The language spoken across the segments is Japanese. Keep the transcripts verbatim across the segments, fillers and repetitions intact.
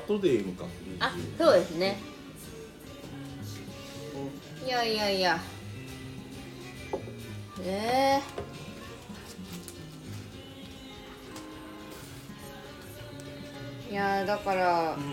後でいいのか。 あ、そうですね。いやいやいやえー、いやだから、うん、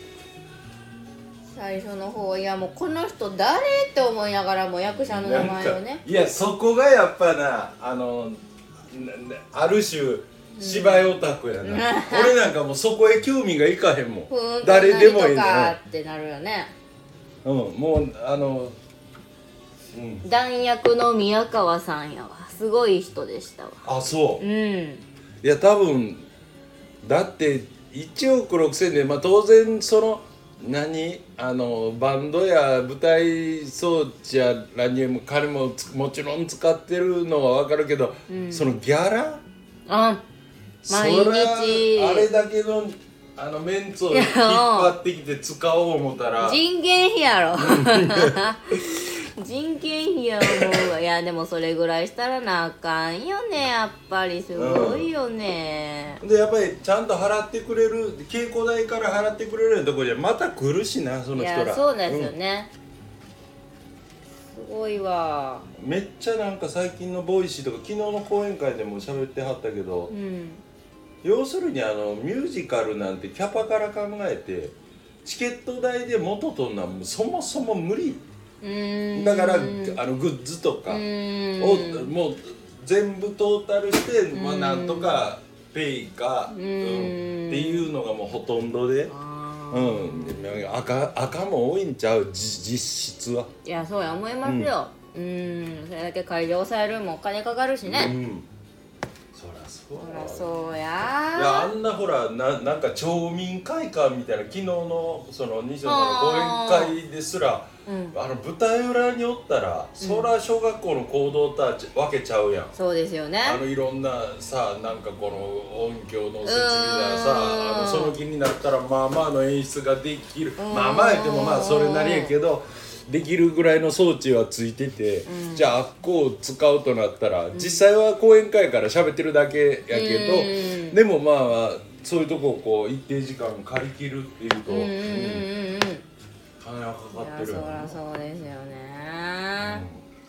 最初の方いやもうこの人誰って思いながらも役者の名前をね、 いやそこがやっぱなあのある種芝居オタクやな、うん、俺なんかもうそこへ興味がいかへんもん誰でもいいんだよってなるよね。 うんもうあの、 うん、弾役の宮川さんやわすごい人でしたわ。 あそう、 うん、いや多分だっていちおくろくせんで、まあ、当然その何あのバンドや舞台装置やらにも彼ももちろん使ってるのは分かるけど、うん、そのギャラあ毎日あれだけのあのメンツを引っ張ってきて使おう思ったら人件費やろ人件費やもういやでもそれぐらいしたらなあかんよねやっぱりすごいよね、 うん、でやっぱりちゃんと払ってくれる稽古代から払ってくれるところじゃまた来るしなその人ら。いやそうですよね、うん、すごいわ。 めっちゃなんか最近のボイシーとか昨日の講演会でも喋ってはったけど、うん、要するにあのミュージカルなんてキャパから考えてチケット代で元取るのはそもそも無理。うんだからあのグッズとかをもう全部トータルして、まあ、なんとかペイか、うん、っていうのがもうほとんどで、うん、赤, 赤も多いんちゃう実質は。 いやそうや思いますよ、うん、うんそれだけ会場抑えるもお金かかるしね、うんそらそうそらそうや。いやあんなほら な, なんか町民会館みたいな昨日のその西野さんの講演会ですらうん、あの舞台裏におったら、うん、そら小学校の行動とは分けちゃうやん。 そうですよね。 あのいろんなさなんかこの音響の設備ださあのその気になったらまあまあの演出ができるまあまあ言ってもまあそれなりやけどできるぐらいの装置はついてて、うん、じゃああっこを使うとなったら、うん、実際は講演会から喋ってるだけやけど、うん、でもまあそういうとこをこう一定時間借り切るっていうと、うんうん金はかかってるよね。 いやそらそうですよね、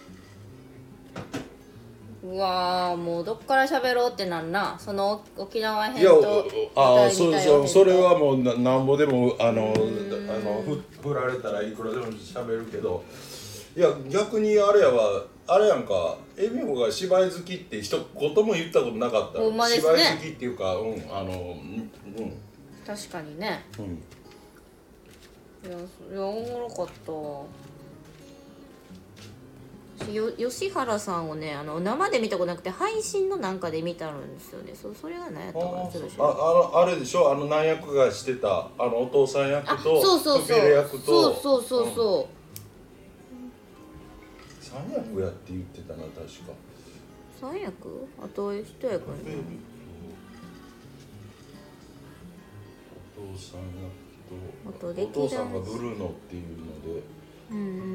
うん、うわもうどっから喋ろうってなんなその沖縄編とああそうそうそれはもう な, なんぼでもあのあのふ振られたらいくらでも喋るけどいや逆にあれやわあれやんか恵美穂が芝居好きって一言も言ったことなかった、 まですね、 芝居好きっていうかうんあのうん確かにね、うんいや、いやおもろかったよ。吉原さんをねあの生で見たことなくて配信のなんかで見たんですよね。 そ, それが何やったかな。 あああれでしょあの何役がしてたあのお父さん役とそうそうそうプペレ役とそうそうそうそう、うん、 さん役やって言ってたな確かさん役あと一役やねお父さん役あとお父さんがブルーノっていうのでうんうんうんうん、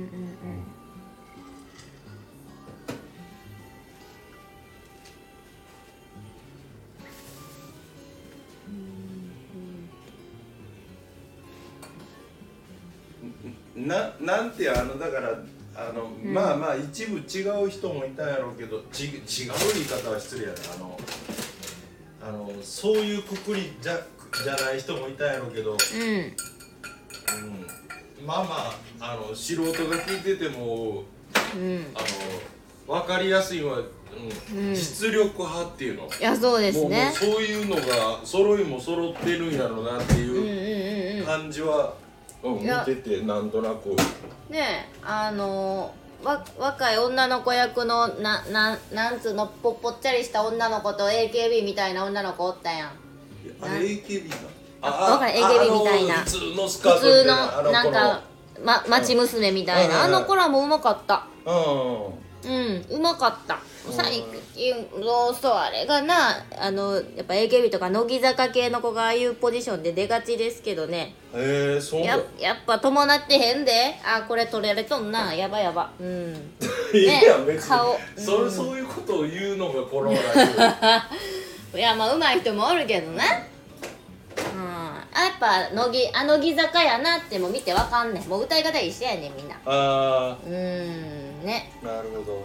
うん、な, なんてあのだからあの、うん、まあまあ一部違う人もいたんやろうけどち違う言い方は失礼やなあのあのそういうくくりじゃじゃない人もいたんやろうけど、うんうん、まあまああの素人が聞いてても、うん、あの分かりやすいのは、うんうん、実力派っていうのいやそうですねもうもうそういうのが揃いも揃ってるんやろうなっていう感じは、うんうん、見ててなんとなくねえあのわ若い女の子役のなななんつうの ぽ, ぽっちゃりした女の子と エーケービー みたいな女の子おったやんあれ エーケービー かああ エーケービー みたいな普通のスカートみたいな普通のなんかま町娘みたいな、うん、あの子らもうまかったうんうんうまかった最近そうそうあれがなあのやっぱ エーケービー とか乃木坂系の子がああいうポジションで出がちですけどねへえそうややっぱ伴ってへんであこれ取られとんなやばやばうんねいや別に顔、そ, うん、そういうことを言うのがこのラジオいやまあ上手い人もおるけどねうんやっぱ乃木あ乃木坂やなってもう見てわかんねん。もう歌い方一緒やねんみんな。 ああうーんね。 なるほど。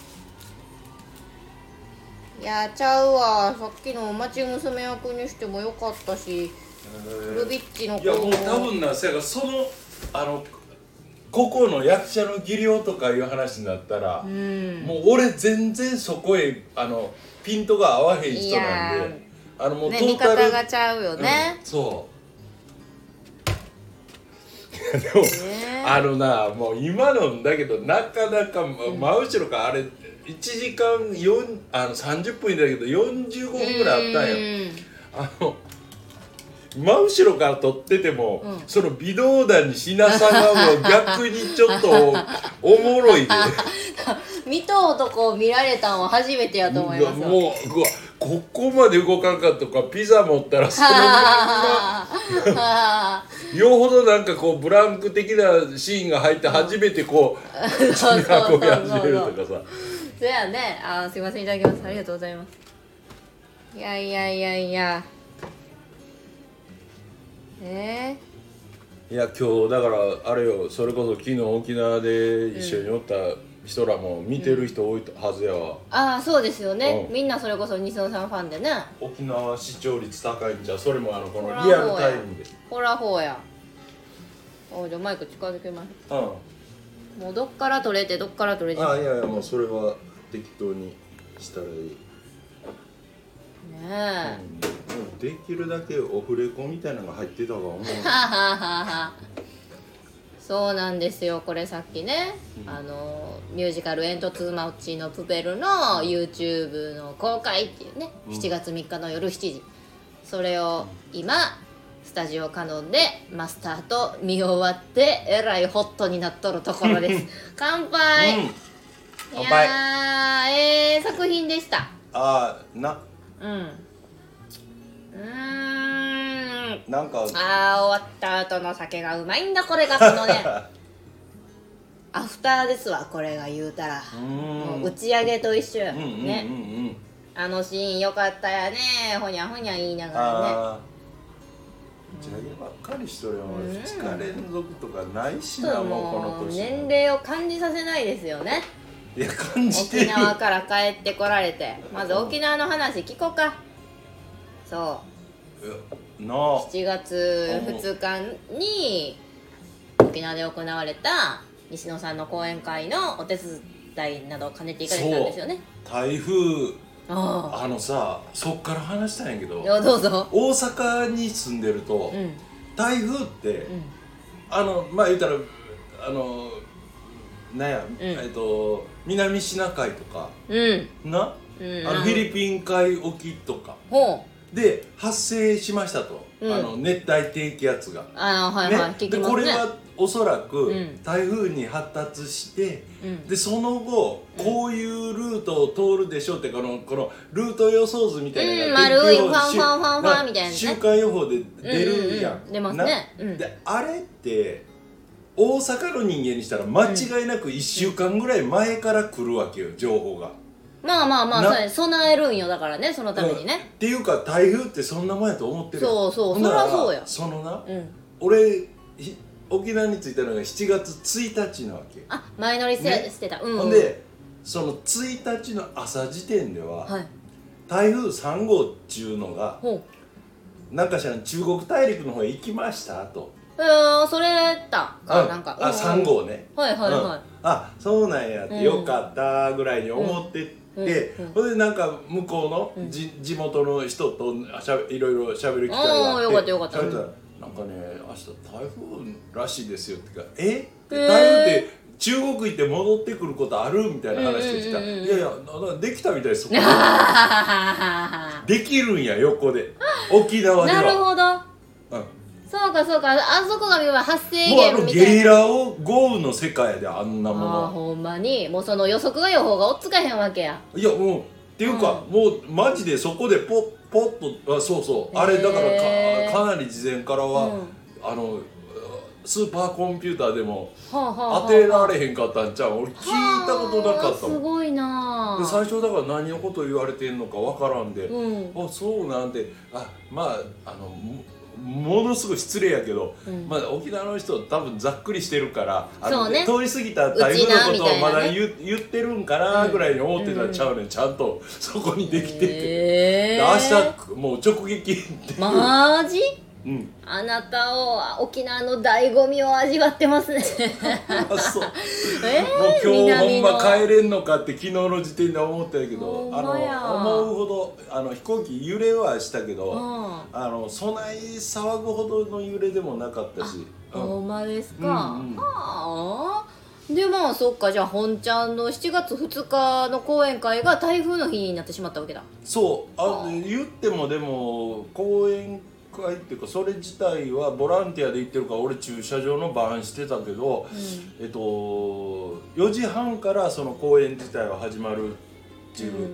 いやちゃうわ、さっきの町娘役にしてもよかったし、ルビッチの子いやもう多分な、せやからそのあの個々の役者の技量とかいう話になったら、 うん、 もう俺全然そこへあのピントが合わへん人なんで、あのもうトね、見ータル、 方がちゃうよね、 うん、そうでも、ね、あのなもう今のんだけどなかなか、うん、真後ろからあれいちじかんよんあのさんじゅっぷんだけどよんじゅうごふんぐらいあったんよ。あの真後ろから撮ってても、うん、その微動だにしなさがもう逆にちょっとおもろいで見た男を見られたんは初めてやと思いますよ。 もううわここまで動かんかとかピザ持ったらそのまんまよほどなんかこうブランク的なシーンが入って初めてこう口に運び始めるとかさ。 そうやね。あ、すいません、いただきます。ありがとうございます。いやいやいやいや。えー、いや今日だからあれよ、それこそ昨日沖縄で一緒におった人らも見てる人多いはずやわ、うん、 ああそうですよね、うん、みんなそれこそ西野さんファンでね。 沖縄視聴率高いんじゃ、それもあのこのリアルタイムでほらほうや。おじゃあマイク近づけます。うんもうどっから取れてどっから取れて。 あいやいやもうそれは適当にしたらいいねえ、 うん、もうできるだけオフレコみたいなのが入ってた方が思うそうなんですよ。これさっきね、うん、あのミュージカル「煙突町のプペル」の YouTube の公開っていうね、うん、しちがつみっかの夜しちじ、それを今スタジオカノンでマスターと見終わってえらいホットになっとるところです乾杯、うん、乾杯。いやーえー、作品でした。 あーなうんうーんなんかあー終わった後の酒がうまいんだこれがこのねアフターですわこれが言うたら。もう打ち上げと一緒や、うんうんうんうん、ねあのシーンよかったやねほにゃほにゃ言いながらね。 打ち上げばっかりしとるよ、うん、ふつか連続とかないしな、もうこの年年齢を感じさせないですよね。 いや感じてる。 沖縄から帰ってこられてまず沖縄の話聞こうか。そうなしちがつふつかに沖縄で行われた西野さんの講演会のお手伝いなどを兼ねていかれてたんですよね。 台風あ, あのさそっから話したんやけど、 いやどうぞ。 大阪に住んでると、うん、台風って、うん、あのまあ言ったらあのなんや、うん、えっと南シナ海とか、うん、な、うん、あのフィリピン海沖とかで発生しましたと、うん、あの熱帯低気圧が。 あはいはい、ね、聞きますね。 でこれはおそらく台風に発達して、うん、でその後こういうルートを通るでしょうってこのこのルート予想図みたいなのが、 うん、丸いファンファンファンファンみたいな、ね、 週間予報で出るやん、 うんうんうん、出ますね、うん、 であれって大阪の人間にしたら間違いなくいっしゅうかんぐらい前から来るわけよ情報が。 まあまあまあそう備えるんよだからねそのためにね、うん、っていうか台風ってそんなもんやと思ってる。 そうそうそりゃそうや。 そのな、うん、俺沖縄に着いたのがしちがつついたちなわけ。 あ前乗りして、ね、してた、うん、 ほんでそのついたちの朝時点では、はい、台風さん号っちゅうのがなんかしら中国大陸の方へ行きましたと。 えー、それだかなんかあさん号ね。 はいはいはい、うん、 あそうなんやって、うん、よかったぐらいに思ってて、うんで、うん、ほんでなんか向こうの、うん、じ地元の人としゃいろいろしゃべる機会があって、 よかったよかった、 なんかね明日台風らしいですよってかえ台風って中国行って戻ってくることあるみたいな話でした、うんうんうんうん、いやいやできたみたいですそこでできるんや横で沖縄では。 なるほど、うん、そうかそうかあそこが発生源みたいな。 もうあのゲリラ豪雨の世界であんなもの。 あほんまにもうその予測が予報が追っつかへんわけや。 いやもうっていうか、うん、もうマジでそこでポッポッとあそうそうあれだからかかなり事前からは、うん、あのスーパーコンピューターでも当てられへんかったんちゃう。俺聞いたことなかったもん。 すごいなで最初だから何のこと言われてんのかわからんで、うん、あそうなんであまああのものすごい失礼やけど、うん、まあ、沖縄の人多分ざっくりしてるからあの、ね、通り過ぎた台風のことをまだ 言, ね、言ってるんかなぐらいに思ってたらちゃうねん、うん、ちゃんとそこにできてて、えー、明日もう直撃ってマジうん、 あなたを沖縄の醍醐味を味わってますねあそう、えー、もう今日ほんま帰れんのかって昨日の時点で思ったんやけどあの思うほどあの飛行機揺れはしたけど、うん、あのそない騒ぐほどの揺れでもなかったし、 うん、ほんまですか、うんうん、はあでまあそっかじゃあ本ちゃんのしちがつふつかの講演会が台風の日になってしまったわけだそうあ言ってもでも講演会っていうかそれ自体はボランティアで行ってるから俺駐車場の番してたけど、うん、えっとよじはんからその公演自体は始まるっていう、うんうん、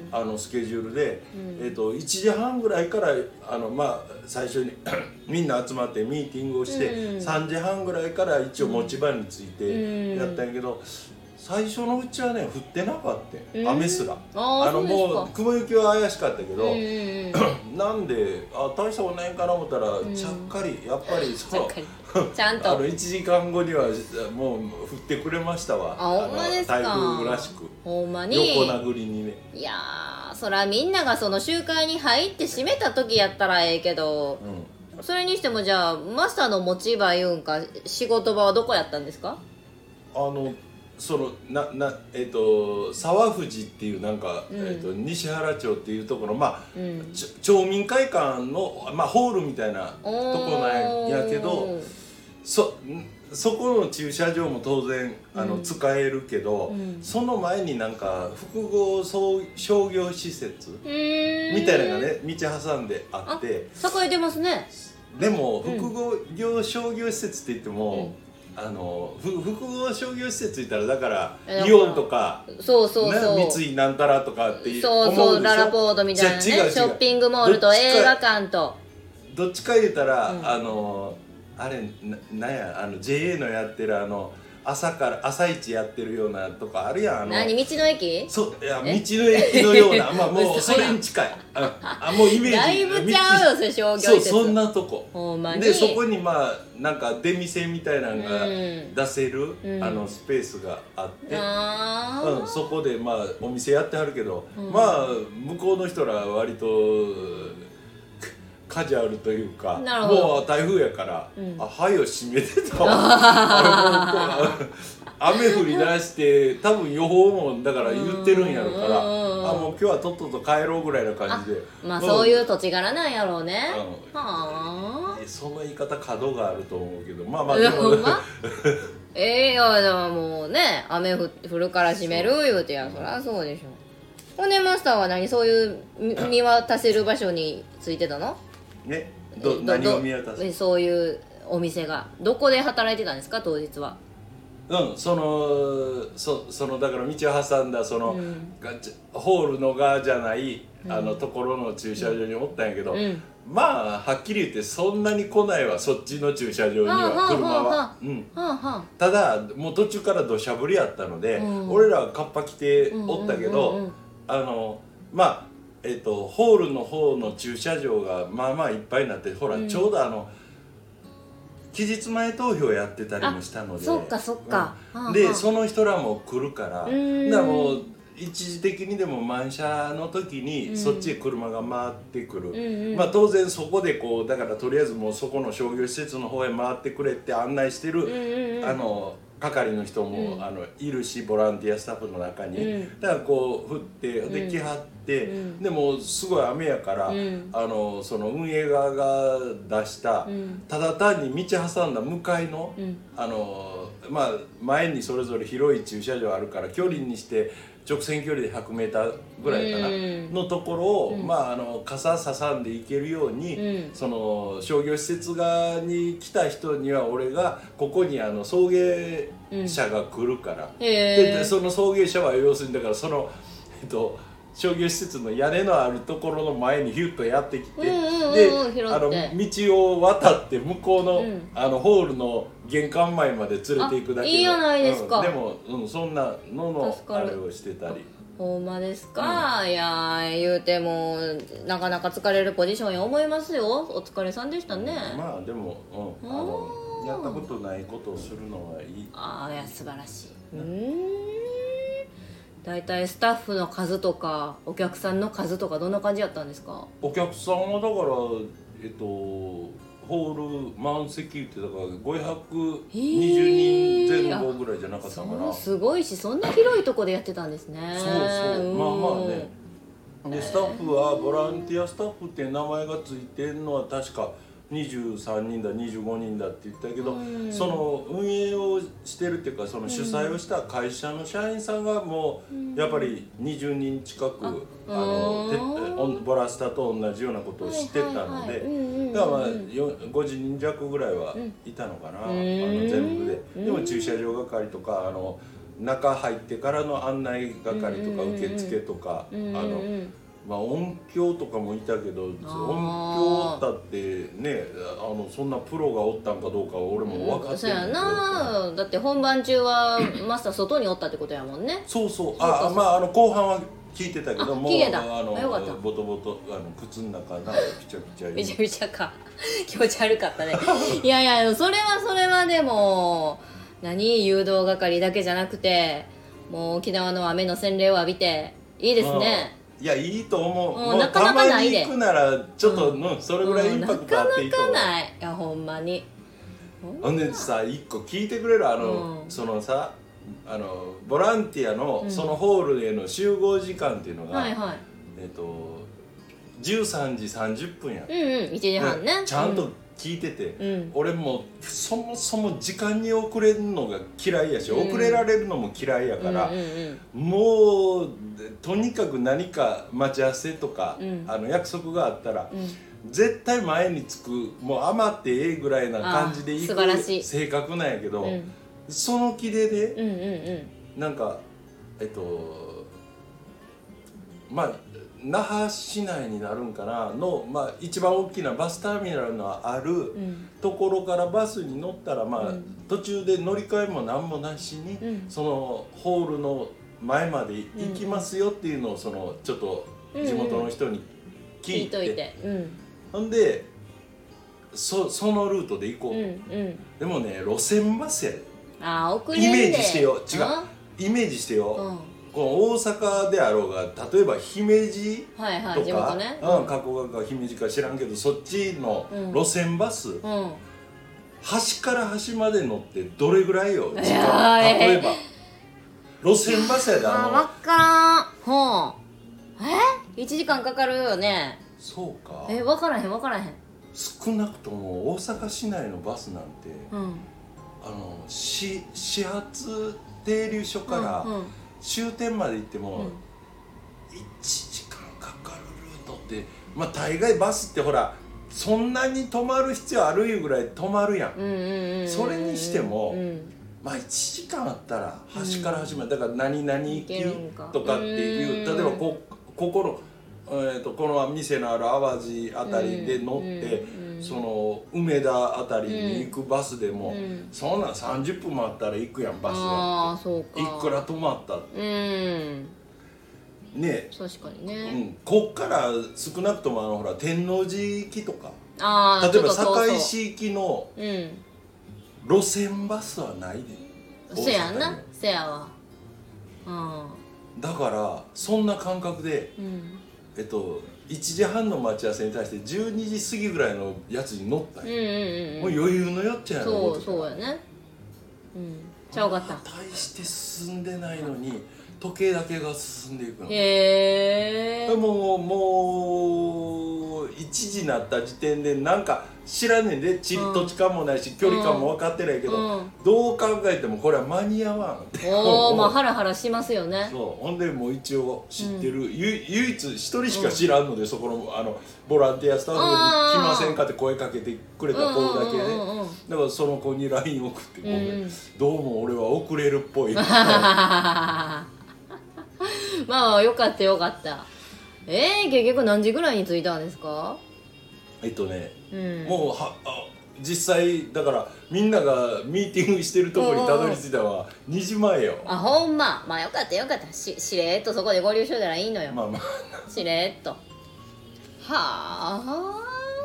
あのスケジュールで、うん、えっといちじはんぐらいからあのまあ最初にみんな集まってミーティングをして、うん、さんじはんぐらいから一応持ち場についてやったんやけど、うん最初のうちはね降ってなかったよ雨すらあのもう雲行きは怪しかったけどなんであ大したことないんかな思ったらちゃっかりやっぱりそうちゃんとあのいちじかんごにはもう降ってくれましたわあほんまですか台風らしくほんまに横殴りにねいやーそらみんながその集会に入って閉めた時やったらええけど、うん、それにしてもじゃあマスターの持ち場いうんか仕事場はどこやったんですかあのそのななえっ、ー、と沢藤っていうなんか、うんえー、と西原町っていうところまあ、うん、町民会館の、まあ、ホールみたいなとこなんやけどそそこの駐車場も当然あの、うん、使えるけど、うん、その前になんか複合商業施設みたいなのがね道挟んであって栄えてますねでも複合商業施設って言っても、うんあの複合商業施設いたらだからイオンとかそうそうそう、 ね、三井なんたらとかって思うでしょそうそうララポートみたいなねショッピングモールと映画館とどっちか言うたら、うん、あのあれななんやあの ジェイエー のやってるあの朝から朝一やってるようなとかあるやんあの何道の駅そういや道の駅のようなまあもうそれに近いああもうイメージだいぶちゃうよそれ商業施設そうそんなとこほんまにでそこにまあなんか出店みたいなのが出せる、うん、あのスペースがあって、うんうん、そこでまあお店やってはるけど、うん、まあ向こうの人らは割とカジュアルというかもう台風やから、うん、あはよ閉めてたわあれもう雨降り出して多分予報もだから言ってるんやろからあもう今日はとっとと帰ろうぐらいな感じでまあそういう土地柄なんやろうね、 うん、はあその言い方角があると思うけどまあまあでもええいやでももうね雨降るから閉める言うてやそりゃそうでしょほんでマスターは何そういう見渡せる場所についてたのねど何を見渡すそういうお店がどこで働いてたんですか当日はうんそのそそのだから道を挟んだその、うん、ホールの側じゃない、うん、あのところの駐車場におったんやけど、うん、まあはっきり言ってそんなに来ないわそっちの駐車場には車は、うん、ただもう途中から土砂降りやったので、うん、俺らはカッパ着ておったけどあのまあえっと、ホールの方の駐車場がまあまあいっぱいになってほら、うん、ちょうどあの期日前投票やってたりもしたのでそっかそっか、 うん、でその人らも来るからだからもう一時的にでも満車の時にそっちへ車が回ってくる、うんうん、まあ当然そこでこうだからとりあえずもうそこの商業施設の方へ回ってくれって案内してる、うんうん、あの係の人も、うん、あのいるしボランティアスタッフの中に、うん、だからこう振ってで来はって、うん、でもすごい雨やから、うん、あのその運営側が出した、うん、ただ単に道挟んだ向かいの、うん、あのまあ前にそれぞれ広い駐車場あるから距離にして直線距離でひゃくメーターぐらいかな、うん、のところを、うん、まああの傘ささんで行けるように、うん、その商業施設側に来た人には俺がここにあの送迎車が来るから、うん、で, でその送迎車は要するにだからそのえっと商業施設の屋根のあるところの前にヒュッとやってきて、うんうん、であの道を渡って向こうの、うん、あのホールの玄関前まで連れていくだけでいいじゃないですか、 うん、でも、うん、そんなののあれをしてたりほんまですか、うん、いや言うてもなかなか疲れるポジションや思いますよ。お疲れさんでしたね。 まあでも、うん、あのやったことないことをするのはいい。 ああ、いや素晴らしい。うん、だいたいスタッフの数とかお客さんの数とかどんな感じやったんですか？ お客さんはだからえっとホール満席ってだからごひゃくにじゅうにんぜん後ぐらいじゃなかったかな。 すごいし、そんな広いとこでやってたんですね。 そうそう、まあまあね。でスタッフはボランティアスタッフって名前がついてるのは確かにじゅうさんにんだにじゅうごにんだって言ったけど、うん、その運営をしてるっていうかその主催をした会社の社員さんがもうやっぱりにじゅうにん近く、うん、あのボラスタと同じようなことをしてたので、だからまあごじゅうにん弱ぐらいはいたのかな、うん、あの全部で。でも駐車場係とかあの中入ってからの案内係とか受付とか、あのまあ音響とかもいたけど、音響だってね、あのそんなプロがおったんかどうかは俺も分かってないけど、そうやな。だって本番中はマスター外におったってことやもんね。 そうそう。あ、まああの後半は聞いてたけども、 聞いてた。 あのよかった。 ボトボトあの靴の中なピチャピチャ。 ピチャピチャか。気持ち悪かったね。いやいや、それはそれはでも何誘導係だけじゃなくて、もう沖縄の雨の洗礼を浴びていいですね。 いや、いいと思う。 もうなかなかないで。 たまに行くならちょっと、うん、それぐらいインパクトあっていいと思う。 なかなかない。いやほんまに。 ほんでさ、一個聞いてくれる、あの、うん、そのさ、あのボランティアのそのホールへの集合時間っていうのが、 はいはい、 えっとじゅうさんじさんじゅっぷんや。 うんうん、いちじはんね。 ちゃんと聞いてて、うん、俺もそもそも時間に遅れるのが嫌いやし、うん、遅れられるのも嫌いやから、うんうんうん、もうとにかく何か待ち合わせとか、うん、あの約束があったら、うん、絶対前に着く、もう余ってええぐらいな感じで行く性格なんやけど、うん、その気でね、うんうんうん、なんかえっとまあ那覇市内になるんかなの、まあ、一番大きなバスターミナルのあるところからバスに乗ったら、まあ、うん、途中で乗り換えも何もなしに、うん、そのホールの前まで行きますよっていうのをそのちょっと地元の人に聞いて、うんうん、聞いといて、うん、ほんで そ, そのルートで行こうと、うんうん、でもね路線バスやで。 あ、遅れんでイメージしてよ。違う、イメージしてよ、うん、この大阪であろうが、例えば姫路とか、はいはい、地元ね、うん、加古川か姫路か知らんけど、そっちの路線バス、うん、端から端まで乗ってどれぐらいよ時間。例えば路線バスやで、あの分からん。ほう、えいちじかんかかるよね。 そうか、 え分からへん分からへん。 少なくとも大阪市内のバスなんて、うん、あの始発停留所から、うんうん、終点まで行っても、うん、いちじかんかかるルートって、まあ大概バスってほらそんなに止まる必要あるいうぐらい止まるやん。それにしても、うん、まあいちじかんあったら端から端まで、だから何々行きとかっていう、例えばこここの、えー、とこの店のある淡路あたりで乗って、その梅田あたりに行くバスでも、うん、そんなんさんじゅっぷんもあったら行くやん、バスが。あ、そうか。 いくら止まったって、うん、ね、 確かにね、 うん、こっから少なくともあのほら天王寺行きとか、 あ、 例えば堺市行きの路線バスはないで、 うん、せやな、せやわ、うん、だからそんな感覚で、うん、えっといちじはんの待ち合わせに対してじゅうにじ過ぎぐらいのやつに乗ったんや、うんうんうん、もう余裕のよっちゃやろ。 そうそうやね、うん、ちゃうかった。 大して進んでないのに時計だけが進んでいくの。 へえ。 もうもういちじになった時点でなんか知らんねんで、地理土地感もないし、うん、距離感も分かってないけど、うん、どう考えてもこれは間に合わんって。 おお、まあハラハラしますよね。 そう、ほんでもう一応知ってる、うん、ゆ唯一一人しか知らんので、うん、そこのあのボランティアスタッフに来ませんかって声かけてくれた子だけね、だからその子に ライン 送って、ごめん、うん、どうも俺は遅れるっぽい。 まあよかったよかった。えー、結局何時ぐらいに着いたんですか？ えっとね、うん、もうはあ実際だからみんながミーティングしてるところにたどり着いたのはにじまえよ。 あ、ほんま。まあよかったよかった。ししれっとそこで合流しといたらいいのよ。 まあまあしれっと。はあ、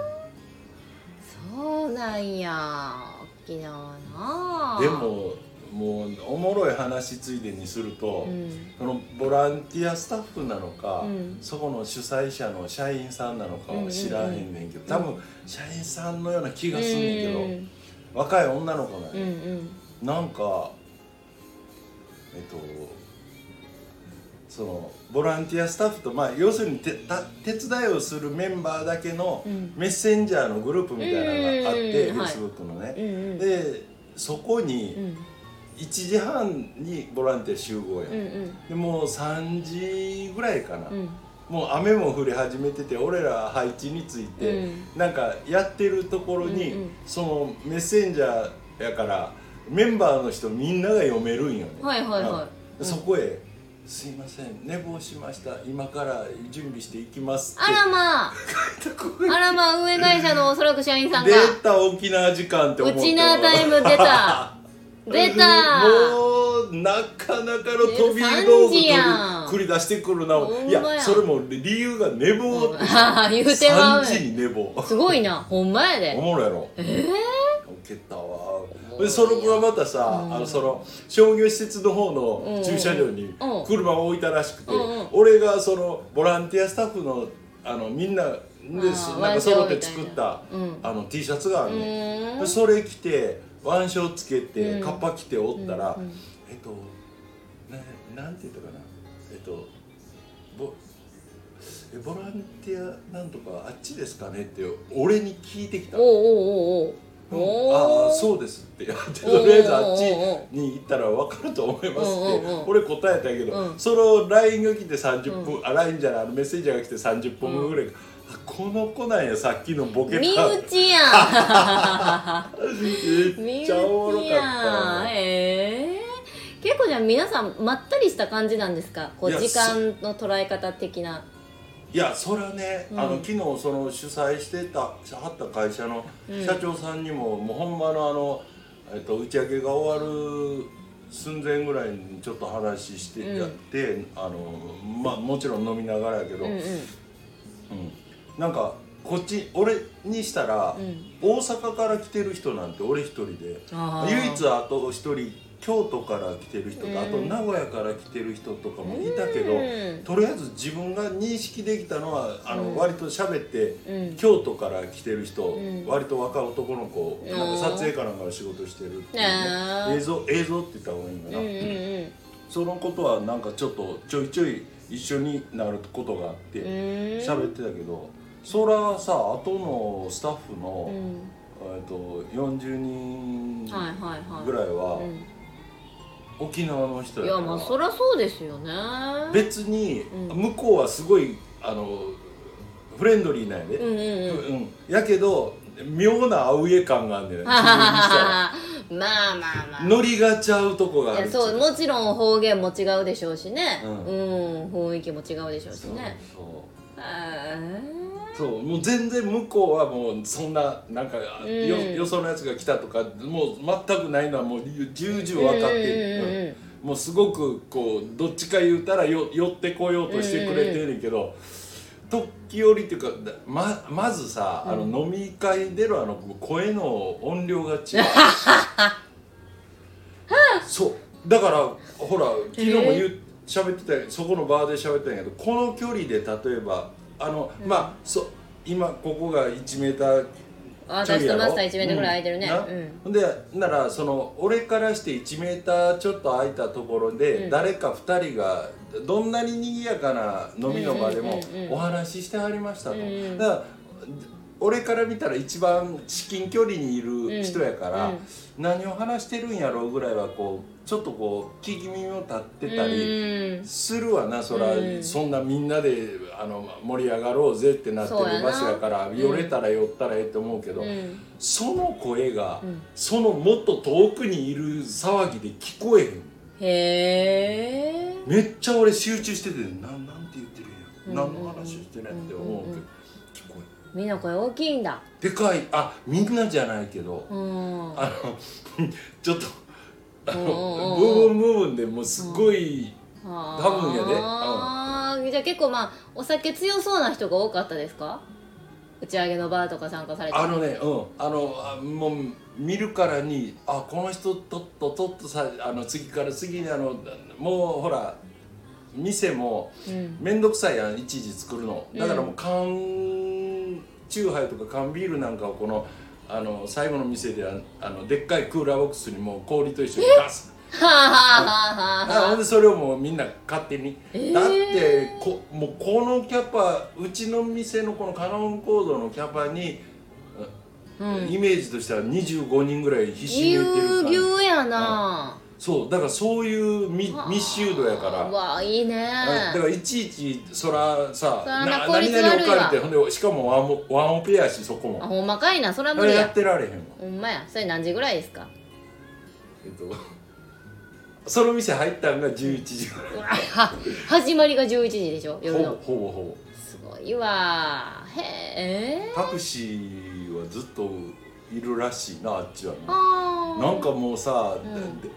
そうなんや、沖縄な。 でももうおもろい話ついでにすると、うん、そのボランティアスタッフなのか、うん、そこの主催者の社員さんなのかは知らへんねんけど、うんうんうん、多分社員さんのような気がすんねんけど、うん、若い女の子なんや、うんうん、なんかえっとそのボランティアスタッフと、まあ、要するに手伝いをするメンバーだけのメッセンジャーのグループみたいなのがあって、フェイスブックのね、うんうん、でそこに、うんいちじはんにボランティア集合や、うんうん、でもうさんじぐらいかな、うん、もう雨も降り始めてて俺ら配置について、うん、なんかやってるところに、うんうん、そのメッセンジャーやからメンバーの人みんなが読めるんよね、 はいはいはい、 そこへ「すいません寝坊しました今から準備していきます」ってあらまああらまあ運営会社のおそらく社員さんが出た沖縄時間って思ってウチナータイム出た出たもうなかなかの飛び道具繰り出してくるな。いやそれも理由が寝坊って言うてまうさんじに寝坊すごいなほんまやでおもろいやろええー、受けたわ。でその子はまたさ、うん、あのその商業施設の方の駐車場に車を置いたらしくて、うんうん、俺がそのボランティアスタッフのあのみんなでなんか揃って作った、うん、あの T シャツがあるね、それ着て腕章つけて、うん、カッパ着ておったら、うんうん、えっとななんて言ったかなえっとボえボランティアなんとかあっちですかねって俺に聞いてきた。 おうおうおうおううん、ああそうですってとりあえずあっちに行ったら分かると思いますって俺答えたけど、うん、その ライン が来てさんじゅっぷん、うん、あ ライン じゃないあのメッセージが来てさんじゅっぷんぐらい、うん、この子なんやさっきのボケか身内やんめっちゃおもろかったへえ結構じゃあ皆さんまったりした感じなんですかこう時間の捉え方的な。 いやそれはね、うん、あの昨日その主催してたはった会社の社長さんにも、うん、もうほんまのあの、えっと、打ち上げが終わる寸前ぐらいにちょっと話してやって、うん、あのまあもちろん飲みながらやけど、うんうんうん、なんかこっち俺にしたら、うん、大阪から来てる人なんて俺一人で唯一あと一人京都から来てる人と、うん、あと名古屋から来てる人とかもいたけど、うん、とりあえず自分が認識できたのはあの、うん、割と喋って、うん、京都から来てる人、うん、割と若い男の子、うん、なんか撮影かなんかの仕事してるっていうね、映像映像って言った方がいいんかな、うんうんうん、そのことはなんかちょっとちょいちょい一緒になることがあって喋ってたけど、それはさ後のスタッフの、えっとよんじゅうにんぐらいは、はいはいはいうん沖縄の人やから。いやまあそりゃそうですよね。 別に向こうはすごいあのフレンドリーなんやで、うんうんうんうん、やけど妙なアウェー感があんねん自分にしたらまあまあまあノリがちゃうとこがある。いやそうもちろん方言も違うでしょうしね、うん、うん、雰囲気も違うでしょうしね。そうそうそうもう全然向こうはもうそんななんか、うん、よ, よそのやつが来たとかもう全くないのはもう重々分かってる、うん、もうすごくこうどっちか言うたらよ寄ってこようとしてくれてるけど、うん、時折っていうか ま, まずさ、うん、あの飲み会でのあの声の音量が違うそうだからほら昨日も言う喋ってたそこのバーで喋ったんやけどこの距離で例えばあの、うん、まあそ今ここがいちメーターちょいやろ。私とマスターいちメーターぐらい空いてるね。うん、でならその俺からしていちメーターちょっと空いたところで、うん、誰かふたりがどんなに賑やかな飲みの場でもお話ししてはりましたと。うん、だから俺から見たら一番至近距離にいる人やから、うんうん、何を話してるんやろうぐらいはこうちょっとこう聞き耳を立ってたりするわな、そら、うん、そんなみんなであの盛り上がろうぜってなってる場所やから寄れたら寄ったらええと思うけど、うん、その声が、うん、そのもっと遠くにいる騒ぎで聞こえへん。 へーめっちゃ俺集中してて な, なんて言ってるんや、うん、何の話してねって思うけど、聞こえみんな声大きいんだ。 でかい、あ、みんなじゃないけど、 うん、 あのちょっとあのうん部分部分でもうすごい、 うん、 多分やで、 あー、じゃあ結構まあお酒強そうな人が多かったですか？打ち上げのバーとか参加されて。 あのね、うん、あのあもう見るからに、あ、この人とっととっとさ、あの次から次にあのもうほら店も面倒くさいやん、いちいち作るの。だからもう缶チューハイとか缶ビールなんかをこのあの最後の店であのでっかいクーラーボックスにもう氷と一緒にガス。 はあはあはあはあ。 ほんでそれをもうみんな勝手に、 えー、 だってこもうこのキャパ、うちの店のこのカノンコードのキャパに、うん、イメージとしてはにじゅうごにんぐらい必死に入れてる感じ。 ぎゅうぎゅうやな、 うん、そうだからそういう密集度やから、 うわいいね。 だからいちいちそらさ、 そらな何々置かれて、ほんでしかもワンオワンオペやし、そこもあほんまかいな、そら無理や。 やってられへんわ。 ほんまや。それ何時ぐらいですか？ えっとその店入ったんがじゅういちじぐらい。 うわは始まりがじゅういちじでしょ、夜の。 ほぼほぼほぼ。 すごいわ。へえ。 タクシーはずっといるらしいな、あっちはあなんかもうさ、うん、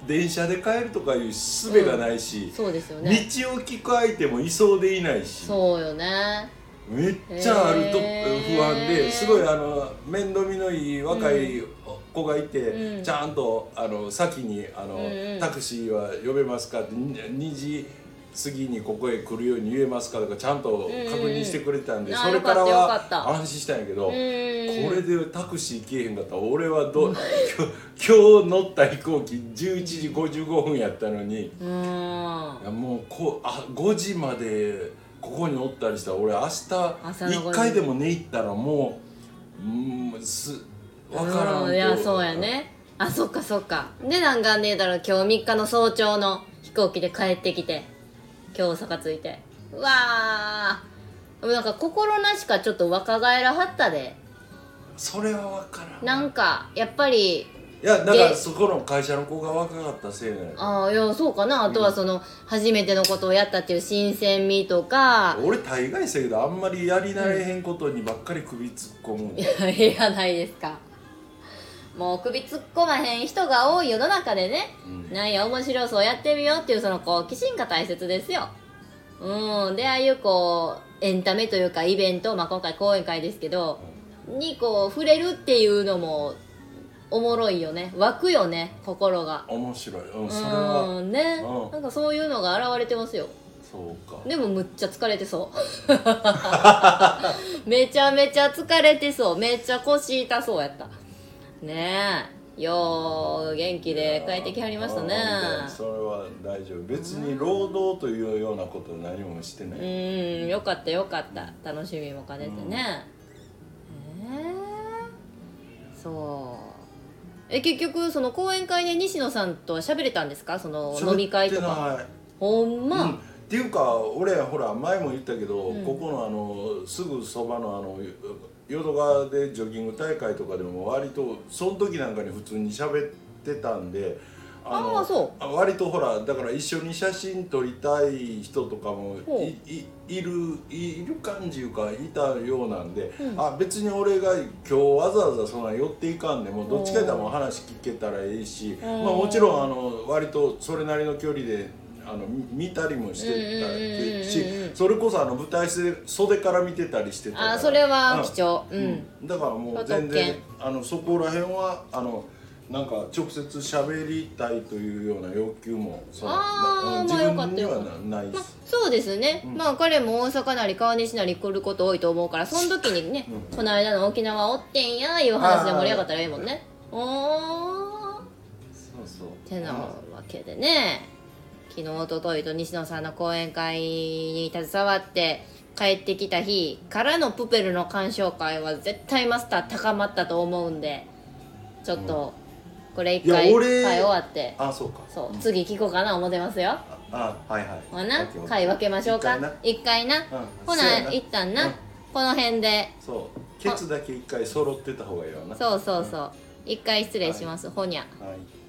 電車で帰るとかいう術がないし、 うん、そうですよね。 道を聞く相手もいそうでいないし。 そうよね。 めっちゃあると不安で、すごいあの面倒見のいい若い子がいて、うん、ちゃんとあの先にあの、うん、タクシーは呼べますかって、にじ過ぎにここへ来るように言えますかとかちゃんと確認してくれたんで、うん、それからは安心したんやけど、これでタクシー来えへんかったら俺はど今日今日乗った飛行機じゅういちじごじゅうごふんやったのに、うん、いやもうこあごじまでここにおったりしたら俺明日いっかいでも寝行ったらもう、うん、す分からんと。 いやそうやね。あそっかそっか。でなんかねえだろ、今日みっかの早朝の飛行機で帰ってきて今日大阪着いて、うわー、でもなんか心なしかちょっと若返らはったで。 それは分からん。 なんかやっぱりいやだからそこの会社の子が若かったせいなんや。 ああいやそうかな。あとはその、うん、初めてのことをやったっていう新鮮味とか。 俺大概せやけどあんまりやり慣れへんことにばっかり首突っ込む、うん、 いやいやないですか。もう首突っ込まへん人が多い世の中でね、うん、なんや面白そうやってみようっていうそのこう寄進が大切ですよ。うんでああいうこうエンタメというかイベント、まあ、今回講演会ですけど、うん、にこう触れるっていうのもおもろいよね。湧くよね、心が。 面白い。うん、それはうんね、うん、なんかそういうのが現れてますよ。 そうか。 でもむっちゃ疲れてそうめちゃめちゃ疲れてそう。めっちゃ腰痛そうやったねえ。よう元気で帰ってきはりましたね。 それは大丈夫。別に労働というようなこと何もしてない。 うんよかったよかった。楽しみも兼ねてね、うん、えー、そうえ結局その講演会で西野さんとは喋れたんですか？その飲み会とか。ほんま、うん、 っていうか俺ほら前も言ったけど、うん、ここのあのすぐそばのあの淀川でジョギング大会とかでも割とその時なんかに普通に喋ってたんで、 あのあそう割とほらだから一緒に写真撮りたい人とかも い, い, いるいる感じいうかいたようなんで、うん、あ別に俺が今日わざわざそんな寄っていかんでもどっちかというと話聞けたらいいし、まあ、もちろんあの割とそれなりの距離であの見たりもしてたし、それこそあの舞台袖から見てたりしてたから、 あそれは貴重、うんうん、だからもう全然あのそこら辺はあのなんか直接喋りたいというような要求もそのあ自分にはないし、 まあ、そうですね、うん、まあ彼も大阪なり川西なり来ること多いと思うから、その時にね、うん、この間の沖縄おってんやいう話で盛り上がったらいいもんね。おーそうそうてなわけでね、昨日おとといと西野さんの講演会に携わって帰ってきた日からのプペルの鑑賞会は絶対マスター高まったと思うんで、ちょっとこれ一回会終わって、 あそうかそう、うん、次聞こうかな思ってますよ。 あはいはいほな会分けましょうか。一回な、うん、ほな一旦な、うん、この辺でそうケツだけ一回揃ってた方がいいわな。 そうそうそう、一回失礼します、ほにゃ。 はい